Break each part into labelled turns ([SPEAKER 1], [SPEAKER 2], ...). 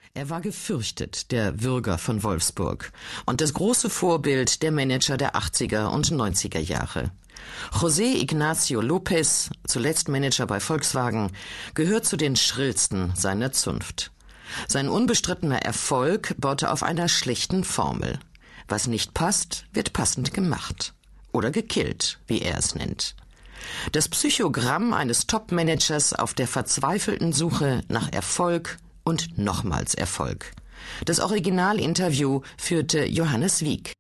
[SPEAKER 1] Er war gefürchtet, der Bürger von Wolfsburg, und das große Vorbild der Manager der 80er und 90er Jahre. José Ignacio López, zuletzt Manager bei Volkswagen, gehört zu den schrillsten seiner Zunft. Sein unbestrittener Erfolg baute auf einer schlichten Formel. Was nicht passt, wird passend gemacht. Oder gekillt, wie er es nennt. Das Psychogramm eines Top-Managers auf der verzweifelten Suche nach Erfolg und nochmals Erfolg. Das Originalinterview führte Johannes Wieck.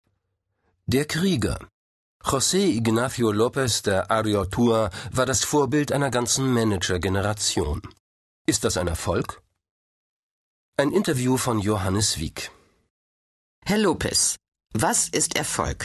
[SPEAKER 2] Der Krieger. José Ignacio López de Arriotua war das Vorbild einer ganzen Manager-Generation. Ist das ein Erfolg? Ein Interview von Johannes Wieck.
[SPEAKER 1] Herr López, was ist Erfolg?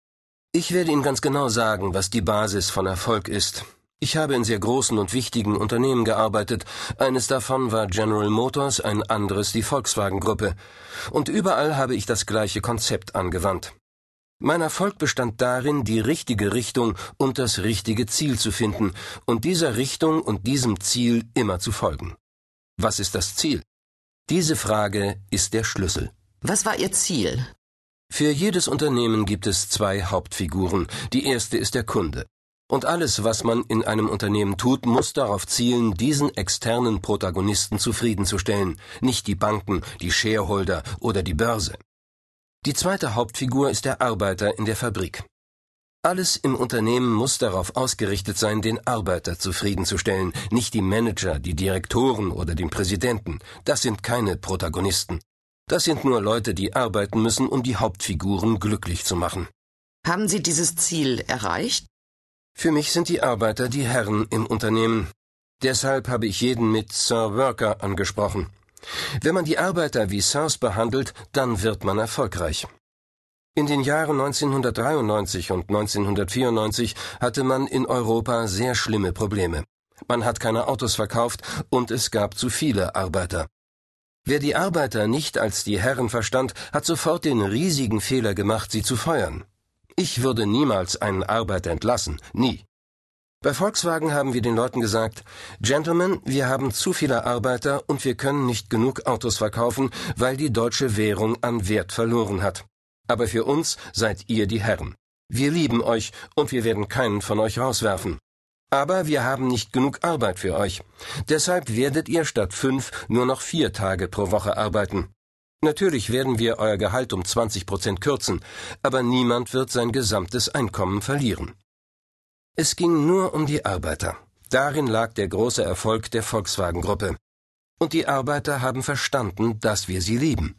[SPEAKER 2] Ich werde Ihnen ganz genau sagen, was die Basis von Erfolg ist. Ich habe in sehr großen und wichtigen Unternehmen gearbeitet. Eines davon war General Motors, ein anderes die Volkswagen-Gruppe. Und überall habe ich das gleiche Konzept angewandt. Mein Erfolg bestand darin, die richtige Richtung und das richtige Ziel zu finden und dieser Richtung und diesem Ziel immer zu folgen. Was ist das Ziel? Diese Frage ist der Schlüssel.
[SPEAKER 1] Was war Ihr Ziel?
[SPEAKER 2] Für jedes Unternehmen gibt es zwei Hauptfiguren. Die erste ist der Kunde. Und alles, was man in einem Unternehmen tut, muss darauf zielen, diesen externen Protagonisten zufriedenzustellen, nicht die Banken, die Shareholder oder die Börse. Die zweite Hauptfigur ist der Arbeiter in der Fabrik. Alles im Unternehmen muss darauf ausgerichtet sein, den Arbeiter zufriedenzustellen, nicht die Manager, die Direktoren oder den Präsidenten. Das sind keine Protagonisten. Das sind nur Leute, die arbeiten müssen, um die Hauptfiguren glücklich zu machen.
[SPEAKER 1] Haben Sie dieses Ziel erreicht?
[SPEAKER 2] Für mich sind die Arbeiter die Herren im Unternehmen. Deshalb habe ich jeden mit Sir Worker angesprochen. Wenn man die Arbeiter wie Sirs behandelt, dann wird man erfolgreich. In den Jahren 1993 und 1994 hatte man in Europa sehr schlimme Probleme. Man hat keine Autos verkauft und es gab zu viele Arbeiter. Wer die Arbeiter nicht als die Herren verstand, hat sofort den riesigen Fehler gemacht, sie zu feuern. Ich würde niemals einen Arbeiter entlassen, nie. Bei Volkswagen haben wir den Leuten gesagt, Gentlemen, wir haben zu viele Arbeiter und wir können nicht genug Autos verkaufen, weil die deutsche Währung an Wert verloren hat. Aber für uns seid ihr die Herren. Wir lieben euch und wir werden keinen von euch rauswerfen. Aber wir haben nicht genug Arbeit für euch. Deshalb werdet ihr statt 5 nur noch 4 Tage pro Woche arbeiten. Natürlich werden wir euer Gehalt um 20% kürzen, aber niemand wird sein gesamtes Einkommen verlieren. Es ging nur um die Arbeiter. Darin lag der große Erfolg der Volkswagen-Gruppe. Und die Arbeiter haben verstanden, dass wir sie lieben.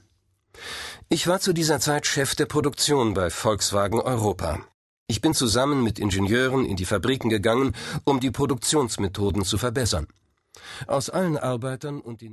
[SPEAKER 2] Ich war zu dieser Zeit Chef der Produktion bei Volkswagen Europa. Ich bin zusammen mit Ingenieuren in die Fabriken gegangen, um die Produktionsmethoden zu verbessern. Aus allen Arbeitern und den